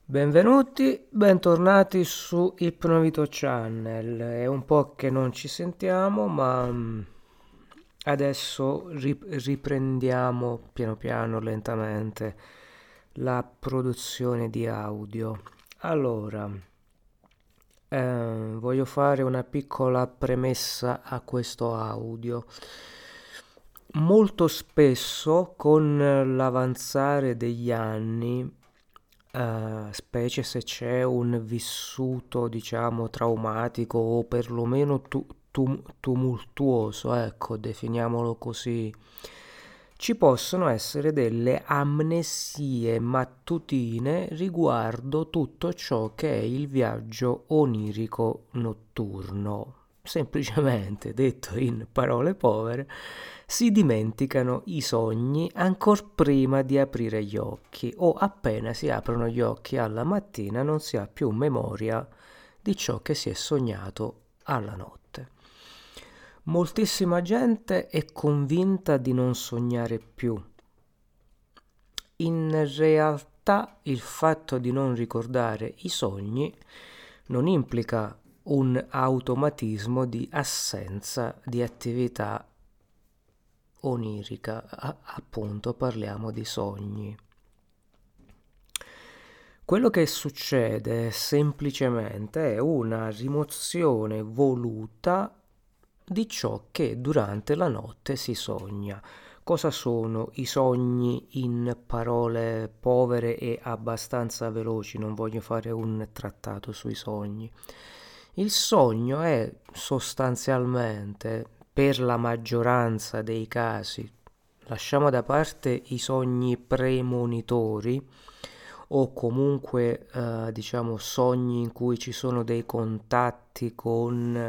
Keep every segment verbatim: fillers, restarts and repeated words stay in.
Benvenuti, bentornati su Ipnovito Channel. È un po' che non ci sentiamo, ma mm, adesso ri- riprendiamo piano piano, lentamente, la produzione di audio. Allora, eh, voglio fare una piccola premessa a questo audio. Molto spesso con l'avanzare degli anni, eh, specie se c'è un vissuto, diciamo, traumatico o perlomeno tu- tum- tumultuoso, ecco, definiamolo così, ci possono essere delle amnesie mattutine riguardo tutto ciò che è il viaggio onirico notturno. Semplicemente, detto in parole povere, si dimenticano i sogni ancor prima di aprire gli occhi o appena si aprono gli occhi alla mattina non si ha più memoria di ciò che si è sognato alla notte. Moltissima gente è convinta di non sognare più. In realtà il fatto di non ricordare i sogni non implica un automatismo di assenza di attività onirica, A- appunto parliamo di sogni. Quello che succede semplicemente è una rimozione voluta di ciò che durante la notte si sogna. Cosa sono i sogni in parole povere e abbastanza veloci? Non voglio fare un trattato sui sogni. Il sogno è sostanzialmente, per la maggioranza dei casi, lasciamo da parte i sogni premonitori o comunque eh, diciamo sogni in cui ci sono dei contatti con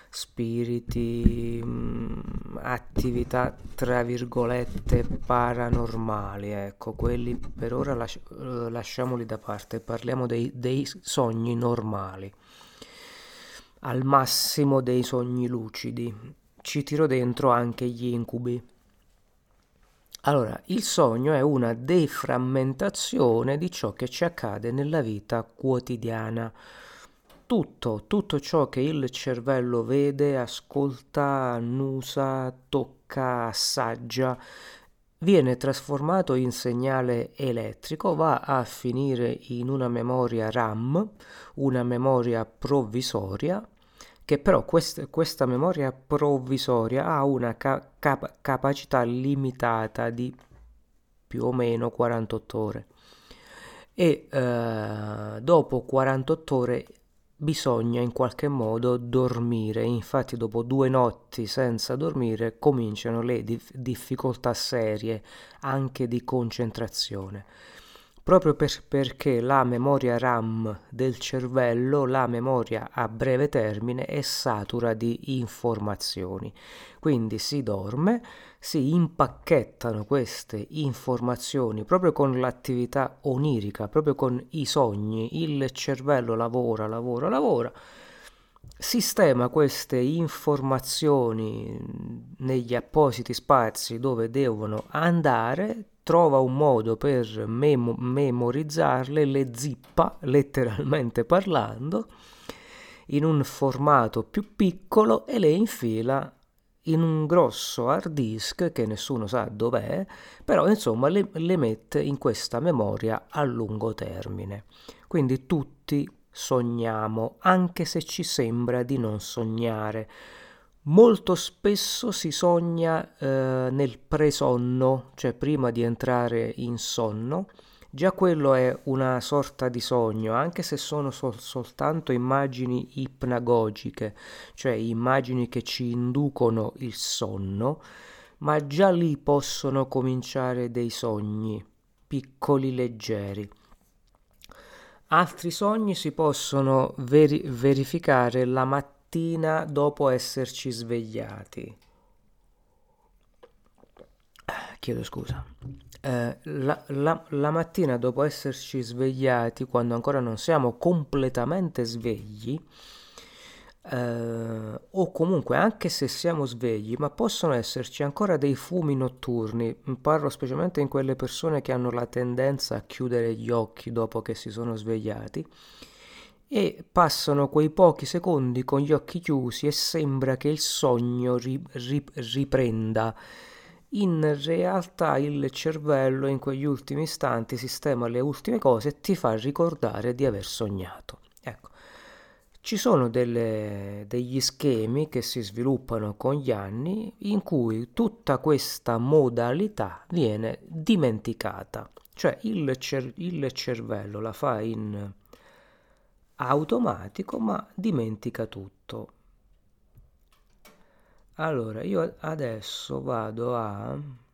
spiriti, mh, attività tra virgolette paranormali, ecco, quelli per ora lasci- eh, lasciamoli da parte, parliamo dei, dei sogni normali, al massimo dei sogni lucidi. Ci tiro dentro anche gli incubi. Allora, il sogno è una deframmentazione di ciò che ci accade nella vita quotidiana. Tutto, tutto ciò che il cervello vede, ascolta, annusa, tocca, assaggia, viene trasformato in segnale elettrico, va a finire in una memoria RAM, una memoria provvisoria, che però quest- questa memoria provvisoria ha una ca- cap- capacità limitata di più o meno quarantotto ore e eh, dopo quarantotto ore bisogna in qualche modo dormire. Infatti dopo due notti senza dormire cominciano le dif- difficoltà serie anche di concentrazione. Proprio per- perché la memoria RAM del cervello, la memoria a breve termine, è satura di informazioni. Quindi si dorme, si impacchettano queste informazioni proprio con l'attività onirica, proprio con i sogni. Il cervello lavora, lavora, lavora, sistema queste informazioni negli appositi spazi dove devono andare, trova un modo per memo- memorizzarle, le zippa letteralmente parlando in un formato più piccolo e le infila in un grosso hard disk che nessuno sa dov'è, però insomma le, le mette in questa memoria a lungo termine. Quindi tutti sogniamo, anche se ci sembra di non sognare. Molto spesso si sogna eh, nel presonno, cioè prima di entrare in sonno. Già quello è una sorta di sogno, anche se sono sol- soltanto immagini ipnagogiche, cioè immagini che ci inducono il sonno, ma già lì possono cominciare dei sogni, piccoli, leggeri. Altri sogni si possono veri- verificare la mattina dopo esserci svegliati. Chiedo scusa. Eh, la, la- la mattina dopo esserci svegliati, quando ancora non siamo completamente svegli, eh, o comunque anche se siamo svegli, ma possono esserci ancora dei fumi notturni. Parlo specialmente in quelle persone che hanno la tendenza a chiudere gli occhi dopo che si sono svegliati e passano quei pochi secondi con gli occhi chiusi e sembra che il sogno ri- ri- riprenda. In realtà il cervello in quegli ultimi istanti sistema le ultime cose e ti fa ricordare di aver sognato. Ecco, ci sono delle- degli schemi che si sviluppano con gli anni in cui tutta questa modalità viene dimenticata, cioè il, cer- il cervello la fa in automatico ma dimentica tutto. Allora, io adesso vado a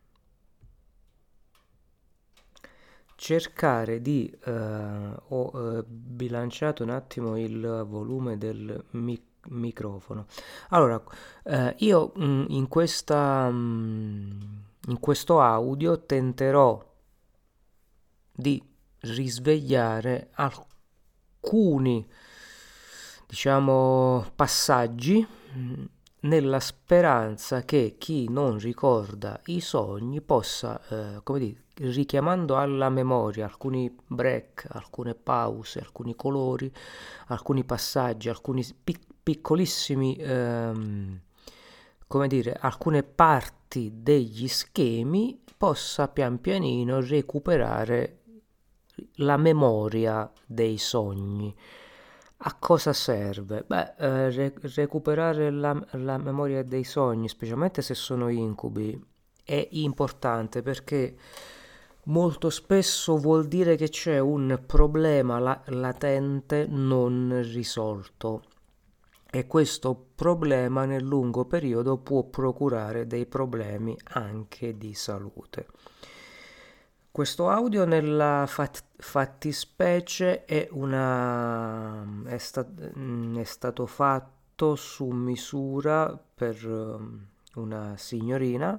cercare di... eh, ho eh, bilanciato un attimo il volume del mic- microfono. Allora, eh, io mm, in questa, mm, in questo audio tenterò di risvegliare alcuni, diciamo, passaggi mh, nella speranza che chi non ricorda i sogni possa, eh, come dire, richiamando alla memoria alcuni break, alcune pause, alcuni colori, alcuni passaggi, alcuni pic- piccolissimi, ehm, come dire, alcune parti degli schemi possa pian pianino recuperare la memoria dei sogni. A cosa serve? Beh, eh, re- recuperare la, la memoria dei sogni, specialmente se sono incubi, è importante perché molto spesso vuol dire che c'è un problema la- latente non risolto e questo problema nel lungo periodo può procurare dei problemi anche di salute. Questo audio nella fat- fattispecie è, una, è, sta- mm, è stato fatto su misura per um, una signorina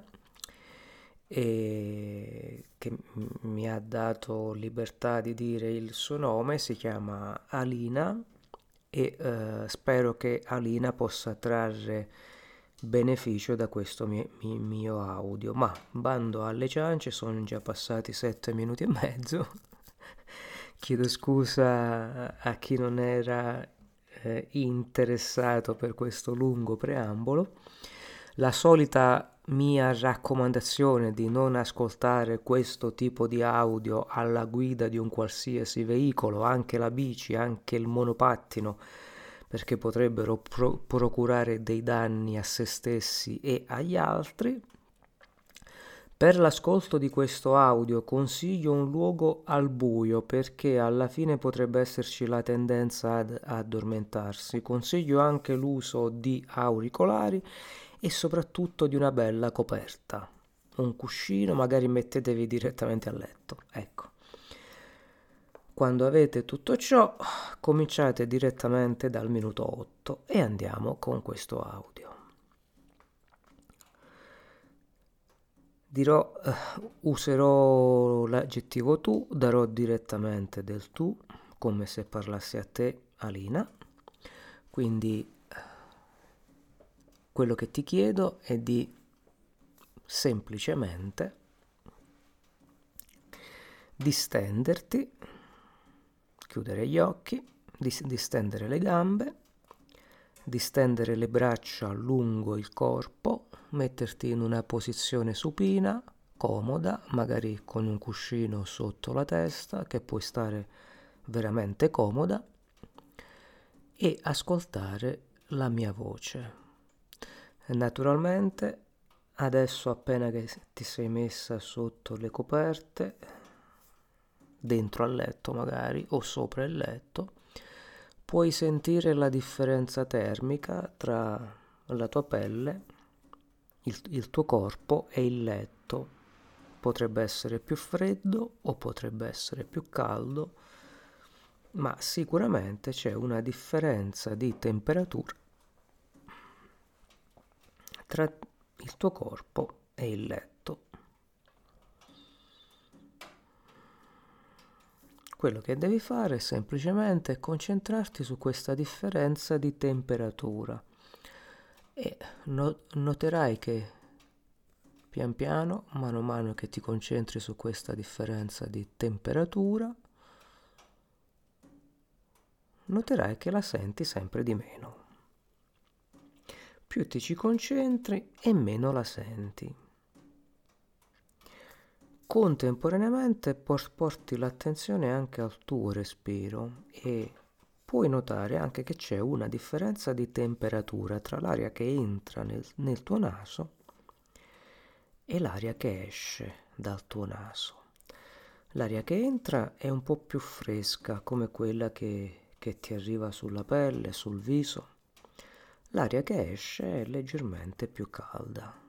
e che m- mi ha dato libertà di dire il suo nome, si chiama Alina e eh, spero che Alina possa trarre beneficio da questo mio, mi- mio audio. Ma bando alle ciance, sono già passati sette minuti e mezzo. Chiedo scusa a chi non era eh, interessato per questo lungo preambolo. La solita mia raccomandazione di non ascoltare questo tipo di audio alla guida di un qualsiasi veicolo, anche la bici, anche il monopattino, perché potrebbero pro- procurare dei danni a se stessi e agli altri. Per l'ascolto di questo audio consiglio un luogo al buio perché alla fine potrebbe esserci la tendenza ad addormentarsi. Consiglio anche l'uso di auricolari e soprattutto di una bella coperta. Un cuscino, magari mettetevi direttamente a letto. Ecco. Quando avete tutto ciò, cominciate direttamente dal minuto otto e andiamo con questo audio. Dirò, eh, userò l'aggettivo tu, darò direttamente del tu, come se parlassi a te, Alina. Quindi quello che ti chiedo è di semplicemente distenderti, chiudere gli occhi, dis- distendere le gambe, distendere le braccia lungo il corpo, metterti in una posizione supina, comoda, magari con un cuscino sotto la testa che puoi stare veramente comoda e ascoltare la mia voce. Naturalmente, adesso appena che ti sei messa sotto le coperte, dentro al letto magari o sopra il letto, puoi sentire la differenza termica tra la tua pelle, il, il tuo corpo e il letto. Potrebbe essere più freddo o potrebbe essere più caldo, ma sicuramente c'è una differenza di temperatura tra il tuo corpo e il letto. Quello che devi fare è semplicemente concentrarti su questa differenza di temperatura e no- noterai che pian piano, mano a mano che ti concentri su questa differenza di temperatura, noterai che la senti sempre di meno. Più ti ci concentri e meno la senti. Contemporaneamente porti l'attenzione anche al tuo respiro e puoi notare anche che c'è una differenza di temperatura tra l'aria che entra nel, nel tuo naso e l'aria che esce dal tuo naso. L'aria che entra è un po' più fresca, come quella che, che ti arriva sulla pelle, sul viso. L'aria che esce è leggermente più calda.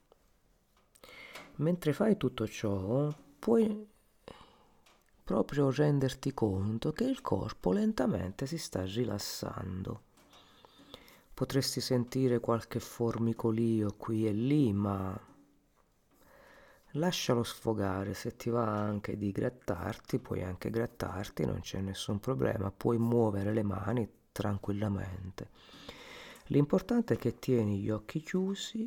Mentre fai tutto ciò, puoi proprio renderti conto che il corpo lentamente si sta rilassando. Potresti sentire qualche formicolio qui e lì, ma lascialo sfogare. Se ti va anche di grattarti, puoi anche grattarti, non c'è nessun problema, puoi muovere le mani tranquillamente. L'importante è che tieni gli occhi chiusi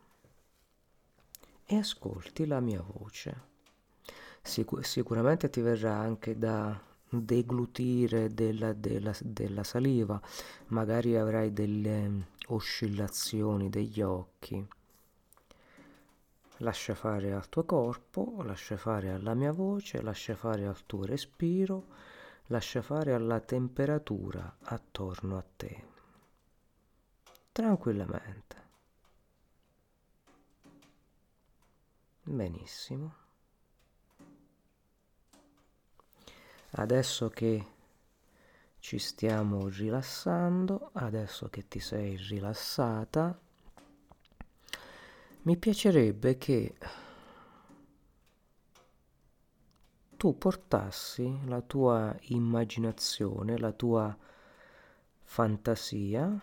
e ascolti la mia voce. Sicur- sicuramente ti verrà anche da deglutire della, della, della saliva, magari avrai delle oscillazioni degli occhi. Lascia fare al tuo corpo, lascia fare alla mia voce, lascia fare al tuo respiro, lascia fare alla temperatura attorno a te. Tranquillamente. Benissimo. Adesso che ci stiamo rilassando, adesso che ti sei rilassata, mi piacerebbe che tu portassi la tua immaginazione, la tua fantasia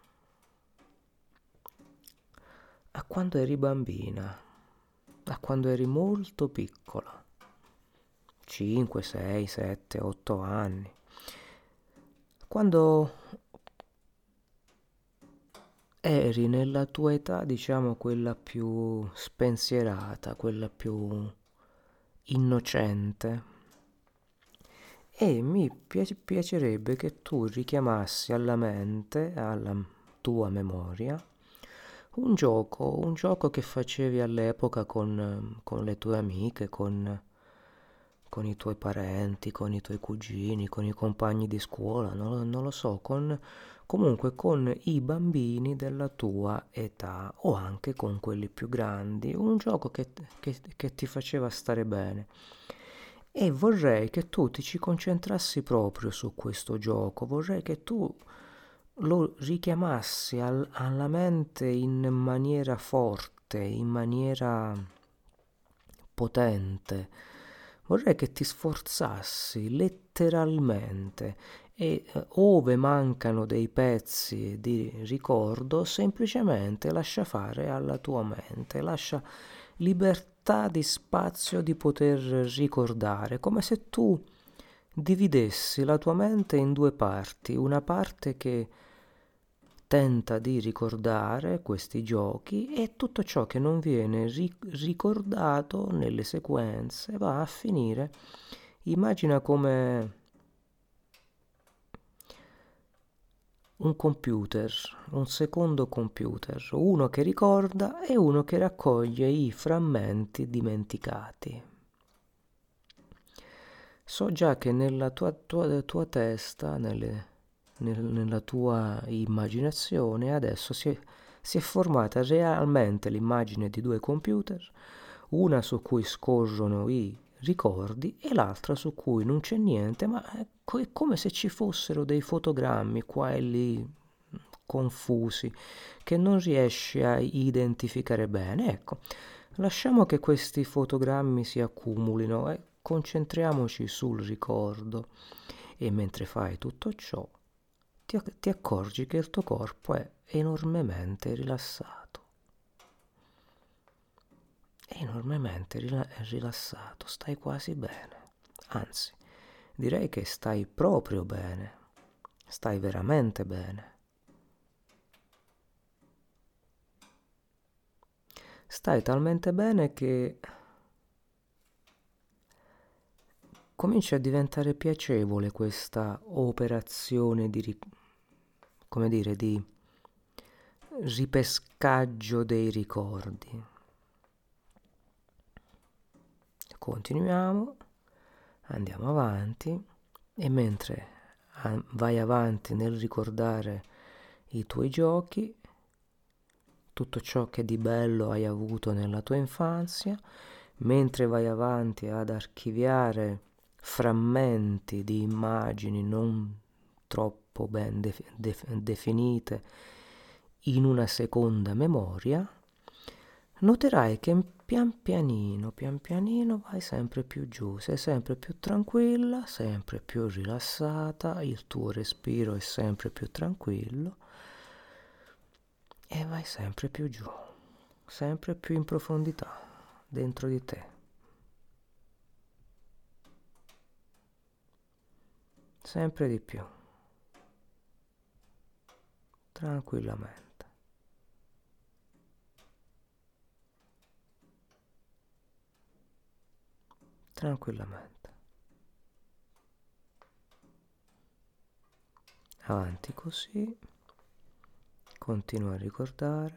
a quando eri bambina, a quando eri molto piccola, cinque, sei, sette, otto anni, quando eri nella tua età, diciamo, quella più spensierata, quella più innocente. E mi piace- piacerebbe che tu richiamassi alla mente, alla tua memoria, un gioco, un gioco che facevi all'epoca con, con le tue amiche, con, con i tuoi parenti, con i tuoi cugini, con i compagni di scuola, non, non lo so, con, comunque con i bambini della tua età o anche con quelli più grandi, un gioco che, che, che ti faceva stare bene. E vorrei che tu ti ci concentrassi proprio su questo gioco, vorrei che tu lo richiamassi al- alla mente in maniera forte, in maniera potente. Vorrei che ti sforzassi letteralmente e eh, ove mancano dei pezzi di ricordo, semplicemente lascia fare alla tua mente, lascia libertà di spazio di poter ricordare, come se tu dividessi la tua mente in due parti, una parte che tenta di ricordare questi giochi e tutto ciò che non viene ri- ricordato nelle sequenze va a finire. Immagina come un computer, un secondo computer, uno che ricorda e uno che raccoglie i frammenti dimenticati. So già che nella tua, tua, tua testa, nelle, nel- nella tua immaginazione, adesso si è, si è formata realmente l'immagine di due computer, una su cui scorrono i ricordi e l'altra su cui non c'è niente, ma è co- è come se ci fossero dei fotogrammi qua e lì confusi che non riesci a identificare bene. Ecco, lasciamo che questi fotogrammi si accumulino e concentriamoci sul ricordo. E mentre fai tutto ciò, ti, ac- ti accorgi che il tuo corpo è enormemente rilassato. È enormemente rila- rilassato, stai quasi bene. Anzi, direi che stai proprio bene, stai veramente bene. Stai talmente bene che comincia a diventare piacevole questa operazione di, ri- come dire, di ripescaggio dei ricordi. Continuiamo, andiamo avanti e mentre vai avanti nel ricordare i tuoi giochi, tutto ciò che di bello hai avuto nella tua infanzia, mentre vai avanti ad archiviare frammenti di immagini non troppo ben def- def- definite in una seconda memoria, noterai che pian pianino, pian pianino vai sempre più giù, sei sempre più tranquilla, sempre più rilassata, il tuo respiro è sempre più tranquillo e vai sempre più giù, sempre più in profondità dentro di te. Sempre di più, tranquillamente. Tranquillamente. Avanti così, continua a ricordare.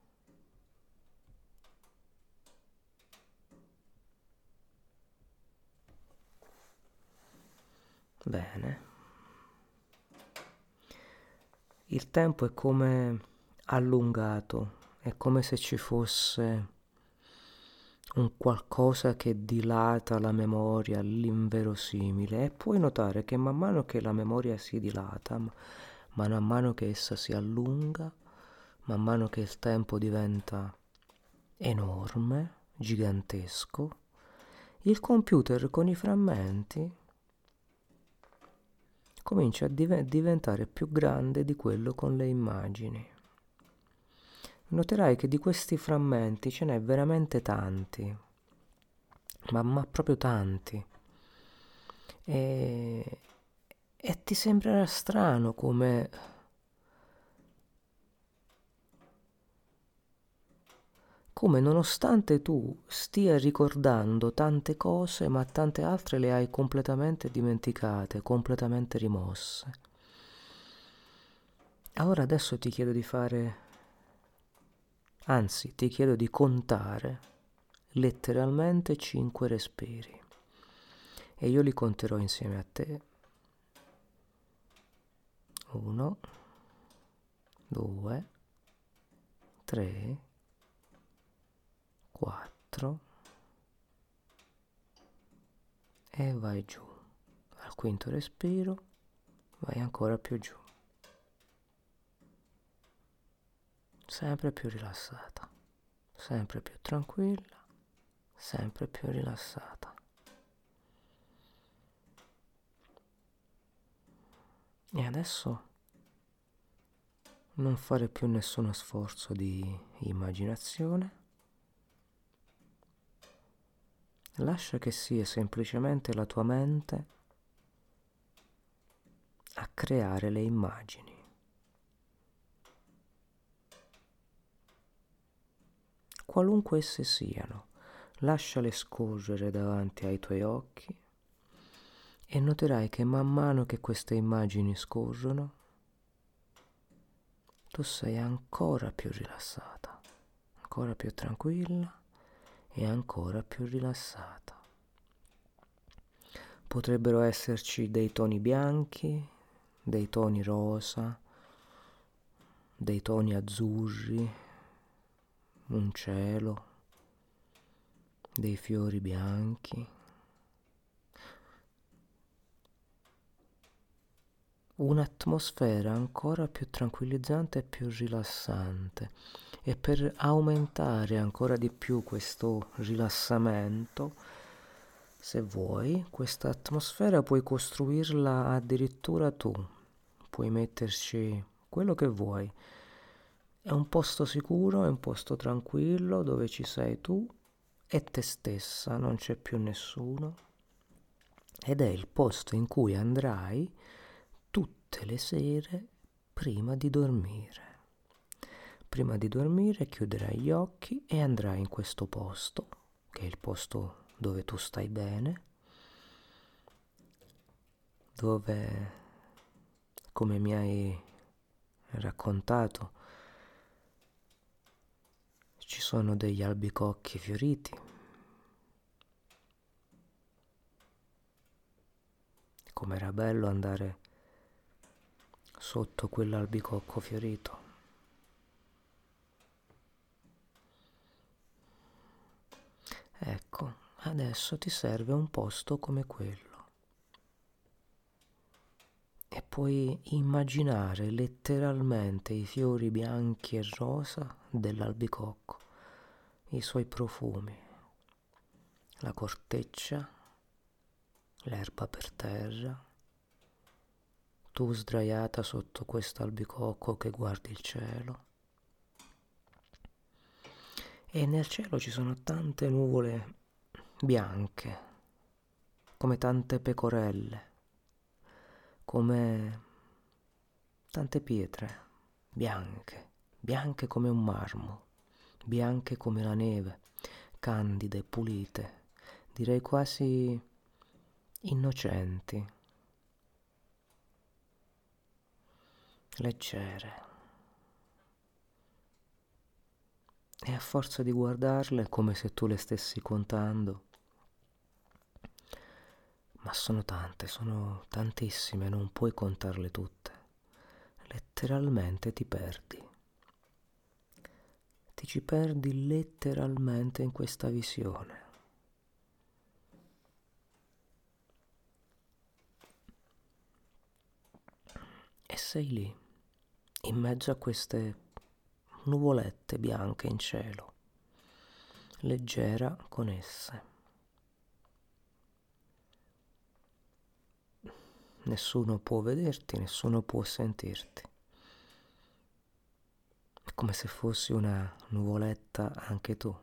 Bene. Il tempo è come allungato, è come se ci fosse un qualcosa che dilata la memoria all'inverosimile, e puoi notare che man mano che la memoria si dilata, man mano che essa si allunga, man mano che il tempo diventa enorme, gigantesco, il computer con i frammenti comincia a div- diventare più grande di quello con le immagini. Noterai che di questi frammenti ce n'è veramente tanti, ma, ma proprio tanti. E, e ti sembrerà strano come, come nonostante tu stia ricordando tante cose, ma tante altre le hai completamente dimenticate, completamente rimosse. Allora adesso ti chiedo di fare, anzi ti chiedo di contare letteralmente cinque respiri e io li conterò insieme a te. Uno, due, tre, quattro e vai giù. Al quinto respiro vai ancora più giù, sempre più rilassata, sempre più tranquilla, sempre più rilassata. E adesso non fare più nessuno sforzo di immaginazione, lascia che sia semplicemente la tua mente a creare le immagini. Qualunque esse siano, lasciale scorrere davanti ai tuoi occhi e noterai che man mano che queste immagini scorrono, tu sei ancora più rilassata, ancora più tranquilla e ancora più rilassata. Potrebbero esserci dei toni bianchi, dei toni rosa, dei toni azzurri, un cielo, dei fiori bianchi, un'atmosfera ancora più tranquillizzante e più rilassante. E per aumentare ancora di più questo rilassamento, se vuoi, questa atmosfera puoi costruirla addirittura tu, puoi metterci quello che vuoi. È un posto sicuro, è un posto tranquillo dove ci sei tu e te stessa, non c'è più nessuno. ed è il posto in cui andrai tutte le sere prima di dormire. Prima di dormire chiuderai gli occhi e andrai in questo posto, che è il posto dove tu stai bene, dove, come mi hai raccontato, ci sono degli albicocchi fioriti. Com'era bello andare sotto quell'albicocco fiorito. Ecco, adesso ti serve un posto come quello. E puoi immaginare letteralmente i fiori bianchi e rosa dell'albicocco, i suoi profumi, la corteccia, l'erba per terra, tu sdraiata sotto questo albicocco che guardi il cielo. E nel cielo ci sono tante nuvole bianche, come tante pecorelle, come tante pietre bianche, bianche come un marmo, bianche come la neve, candide, pulite, direi quasi innocenti, leggere. E a forza di guardarle è come se tu le stessi contando. Ma sono tante, sono tantissime, non puoi contarle tutte. Letteralmente ti perdi. Ti ci perdi letteralmente in questa visione. E sei lì, in mezzo a queste nuvolette bianche in cielo, leggera con esse. Nessuno può vederti, nessuno può sentirti. È come se fossi una nuvoletta anche tu,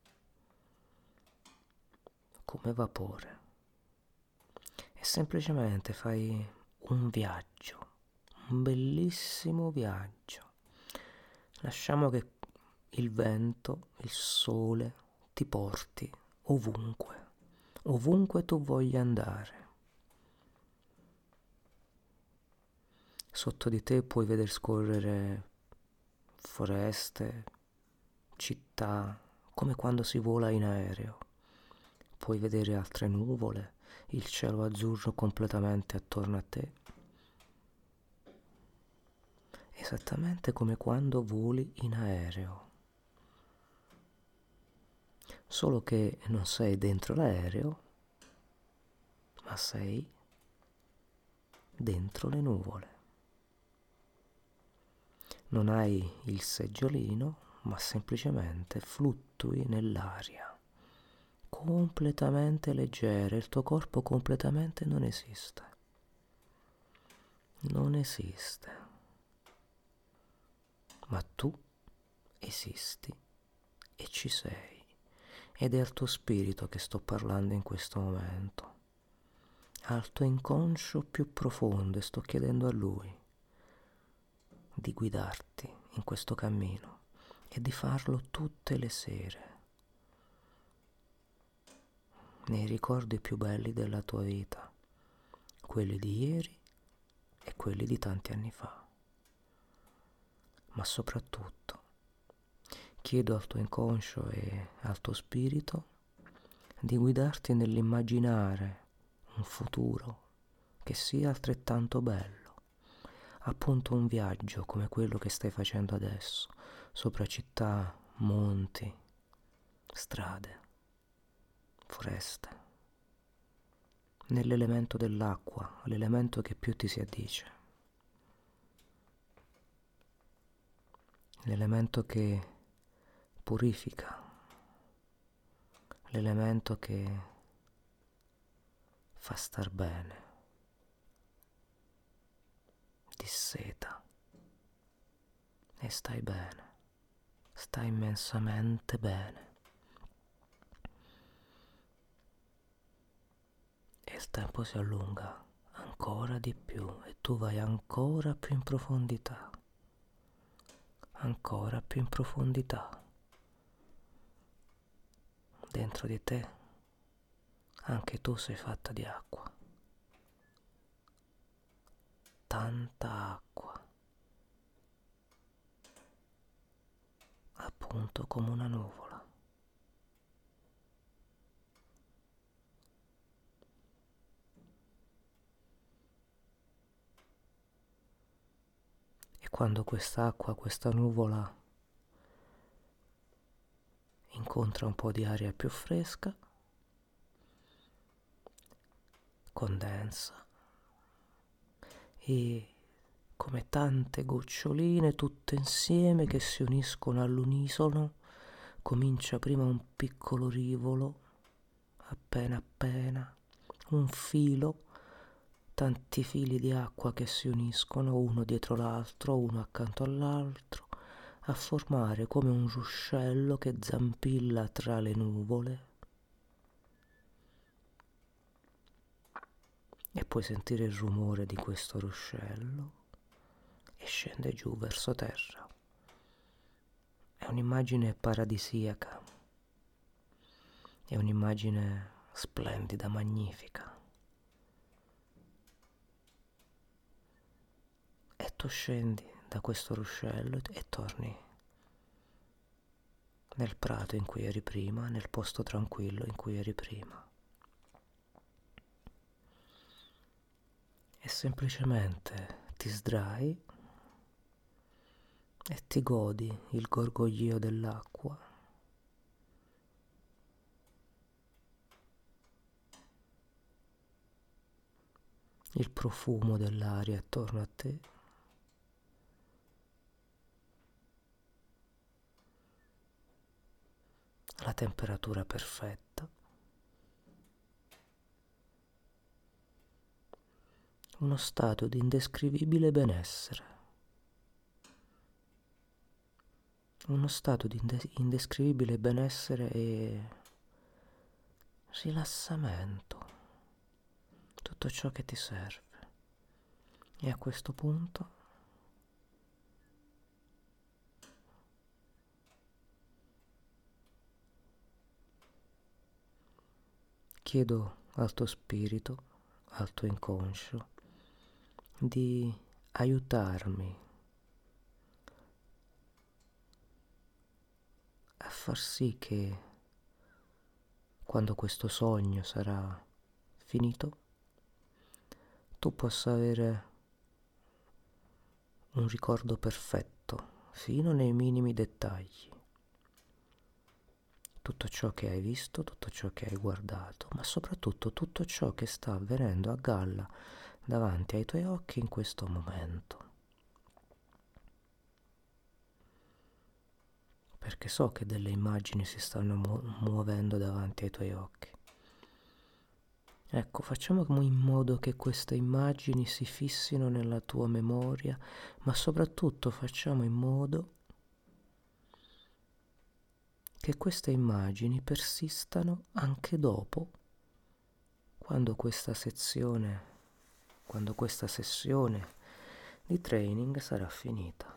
come vapore. E semplicemente fai un viaggio, un bellissimo viaggio. Lasciamo che il vento, il sole ti porti ovunque, ovunque tu voglia andare. Sotto di te puoi vedere scorrere foreste, città, come quando si vola in aereo. Puoi vedere altre nuvole, il cielo azzurro completamente attorno a te. Esattamente come quando voli in aereo. Solo che non sei dentro l'aereo, ma sei dentro le nuvole. Non hai il seggiolino, ma semplicemente fluttui nell'aria, completamente leggero, il tuo corpo completamente non esiste. Non esiste. Ma tu esisti e ci sei. Ed è al tuo spirito che sto parlando in questo momento, al tuo inconscio più profondo, e sto chiedendo a lui di guidarti in questo cammino e di farlo tutte le sere, nei ricordi più belli della tua vita, quelli di ieri e quelli di tanti anni fa. Ma soprattutto chiedo al tuo inconscio e al tuo spirito di guidarti nell'immaginare un futuro che sia altrettanto bello, appunto un viaggio come quello che stai facendo adesso, sopra città, monti, strade, foreste, nell'elemento dell'acqua, l'elemento che più ti si addice, l'elemento che purifica, l'elemento che fa star bene, disseta, e stai bene, stai immensamente bene. E il tempo si allunga ancora di più e tu vai ancora più in profondità, ancora più in profondità. Dentro di te anche tu sei fatta di acqua, tanta acqua, appunto come una nuvola. E quando quest'acqua, questa nuvola incontra un po' di aria più fresca, condensa e come tante goccioline tutte insieme che si uniscono all'unisono, comincia prima un piccolo rivolo, appena appena, un filo, tanti fili di acqua che si uniscono uno dietro l'altro, uno accanto all'altro, a formare come un ruscello che zampilla tra le nuvole. E puoi sentire il rumore di questo ruscello e scende giù verso terra. È un'immagine paradisiaca, è un'immagine splendida, magnifica. E tu scendi da questo ruscello e torni nel prato in cui eri prima, nel posto tranquillo in cui eri prima. E semplicemente ti sdrai e ti godi il gorgoglio dell'acqua. Il profumo dell'aria attorno a te. La temperatura perfetta. Uno stato di indescrivibile benessere. Uno stato di inde- indescrivibile benessere e rilassamento. Tutto ciò che ti serve. E a questo punto chiedo al tuo spirito, al tuo inconscio, di aiutarmi a far sì che quando questo sogno sarà finito, tu possa avere un ricordo perfetto, fino nei minimi dettagli. Tutto ciò che hai visto, tutto ciò che hai guardato, ma soprattutto tutto ciò che sta avvenendo a galla davanti ai tuoi occhi in questo momento. Perché so che delle immagini si stanno mu- muovendo davanti ai tuoi occhi. Ecco, facciamo in modo che queste immagini si fissino nella tua memoria, ma soprattutto facciamo in modo che queste immagini persistano anche dopo, quando questa sezione, quando questa sessione di training sarà finita.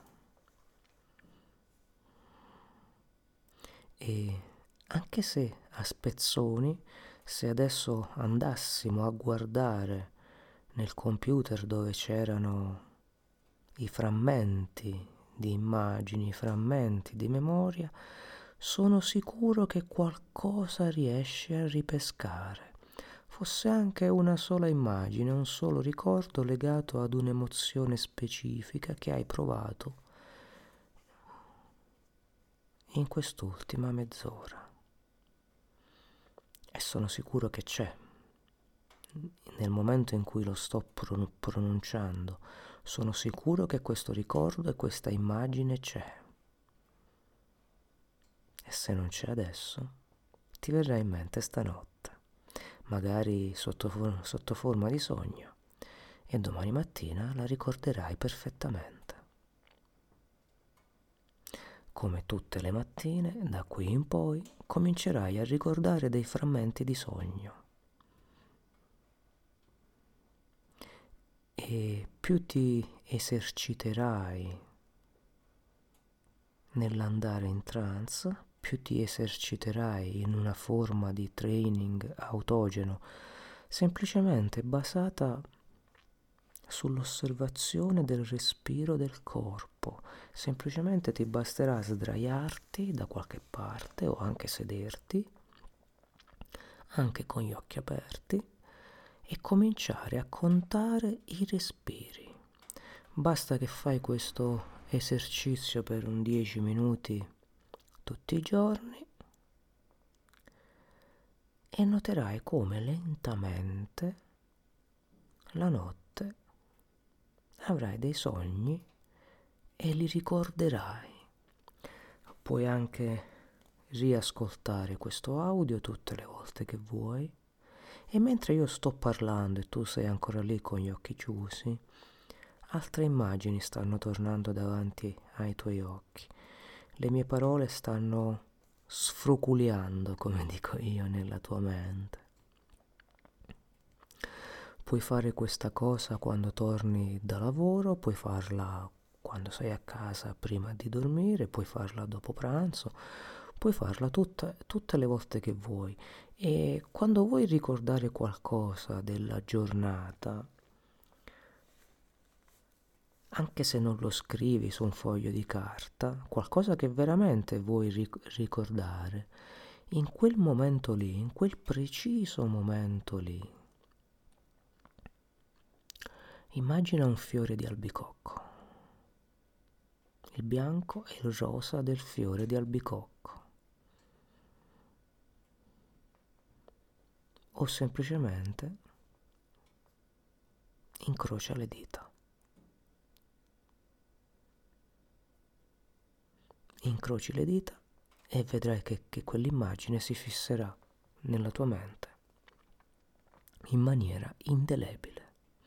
E anche se a spezzoni, se adesso andassimo a guardare nel computer dove c'erano i frammenti di immagini, i frammenti di memoria, sono sicuro che qualcosa riesci a ripescare. Fosse anche una sola immagine, un solo ricordo legato ad un'emozione specifica che hai provato in quest'ultima mezz'ora. E sono sicuro che c'è. Nel momento in cui lo sto pron- pronunciando, sono sicuro che questo ricordo e questa immagine c'è. E se non c'è adesso, ti verrà in mente stanotte, magari sotto, for- sotto forma di sogno, e domani mattina la ricorderai perfettamente. Come tutte le mattine, da qui in poi, comincerai a ricordare dei frammenti di sogno. e più ti eserciterai nell'andare in trance, più ti eserciterai in una forma di training autogeno, semplicemente basata sull'osservazione del respiro del corpo. Semplicemente ti basterà sdraiarti da qualche parte o anche sederti, anche con gli occhi aperti, e cominciare a contare i respiri. Basta che fai questo esercizio per un dieci minuti tutti i giorni e noterai come lentamente la notte avrai dei sogni e li ricorderai. Puoi anche riascoltare questo audio tutte le volte che vuoi, e mentre io sto parlando e tu sei ancora lì con gli occhi chiusi, altre immagini stanno tornando davanti ai tuoi occhi. Le mie parole stanno sfruculiando, come dico io, nella tua mente. Puoi fare questa cosa quando torni da lavoro, puoi farla quando sei a casa prima di dormire, puoi farla dopo pranzo, puoi farla tutta, tutte le volte che vuoi. E quando vuoi ricordare qualcosa della giornata, anche se non lo scrivi su un foglio di carta, qualcosa che veramente vuoi ric- ricordare, in quel momento lì, in quel preciso momento lì, immagina un fiore di albicocco, il bianco e il rosa del fiore di albicocco, o semplicemente incrocia le dita. Incroci le dita e vedrai che, che quell'immagine si fisserà nella tua mente in maniera indelebile.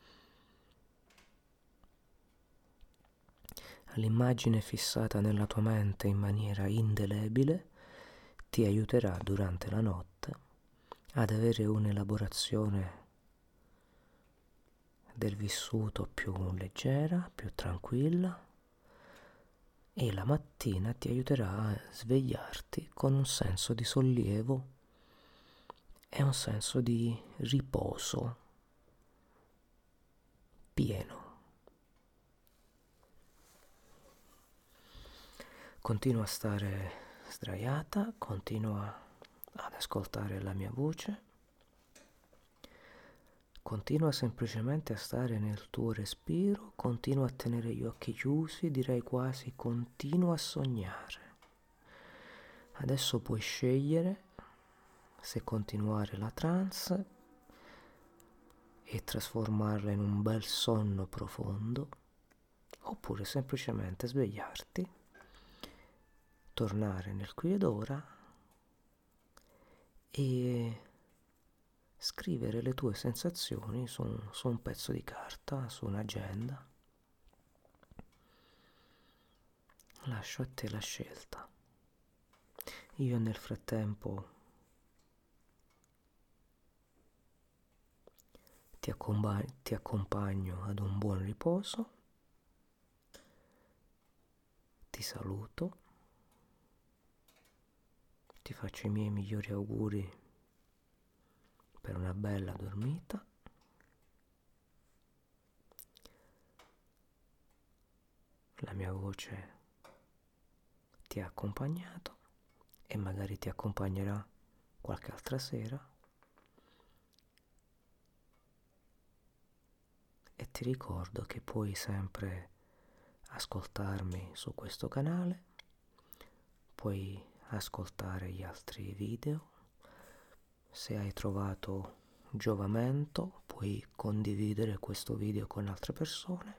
L'immagine fissata nella tua mente in maniera indelebile ti aiuterà durante la notte ad avere un'elaborazione del vissuto più leggera, più tranquilla, e la mattina ti aiuterà a svegliarti con un senso di sollievo e un senso di riposo pieno. Continua a stare sdraiata, continua ad ascoltare la mia voce, continua semplicemente a stare nel tuo respiro, continua a tenere gli occhi chiusi, direi quasi continua a sognare. Adesso puoi scegliere se continuare la trance e trasformarla in un bel sonno profondo, oppure semplicemente svegliarti, tornare nel qui ed ora e scrivere le tue sensazioni su un, su un pezzo di carta, su un'agenda. Lascio a te la scelta. Io nel frattempo ti, accompa- ti accompagno ad un buon riposo, ti saluto, ti faccio i miei migliori auguri per una bella dormita. La mia voce ti ha accompagnato e magari ti accompagnerà qualche altra sera, e ti ricordo che puoi sempre ascoltarmi su questo canale, puoi ascoltare gli altri video. Se hai trovato giovamento, puoi condividere questo video con altre persone.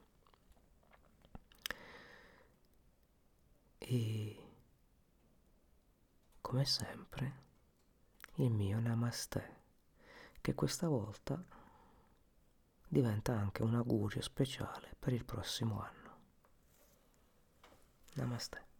E come sempre, il mio Namaste, che questa volta diventa anche un augurio speciale per il prossimo anno. Namaste.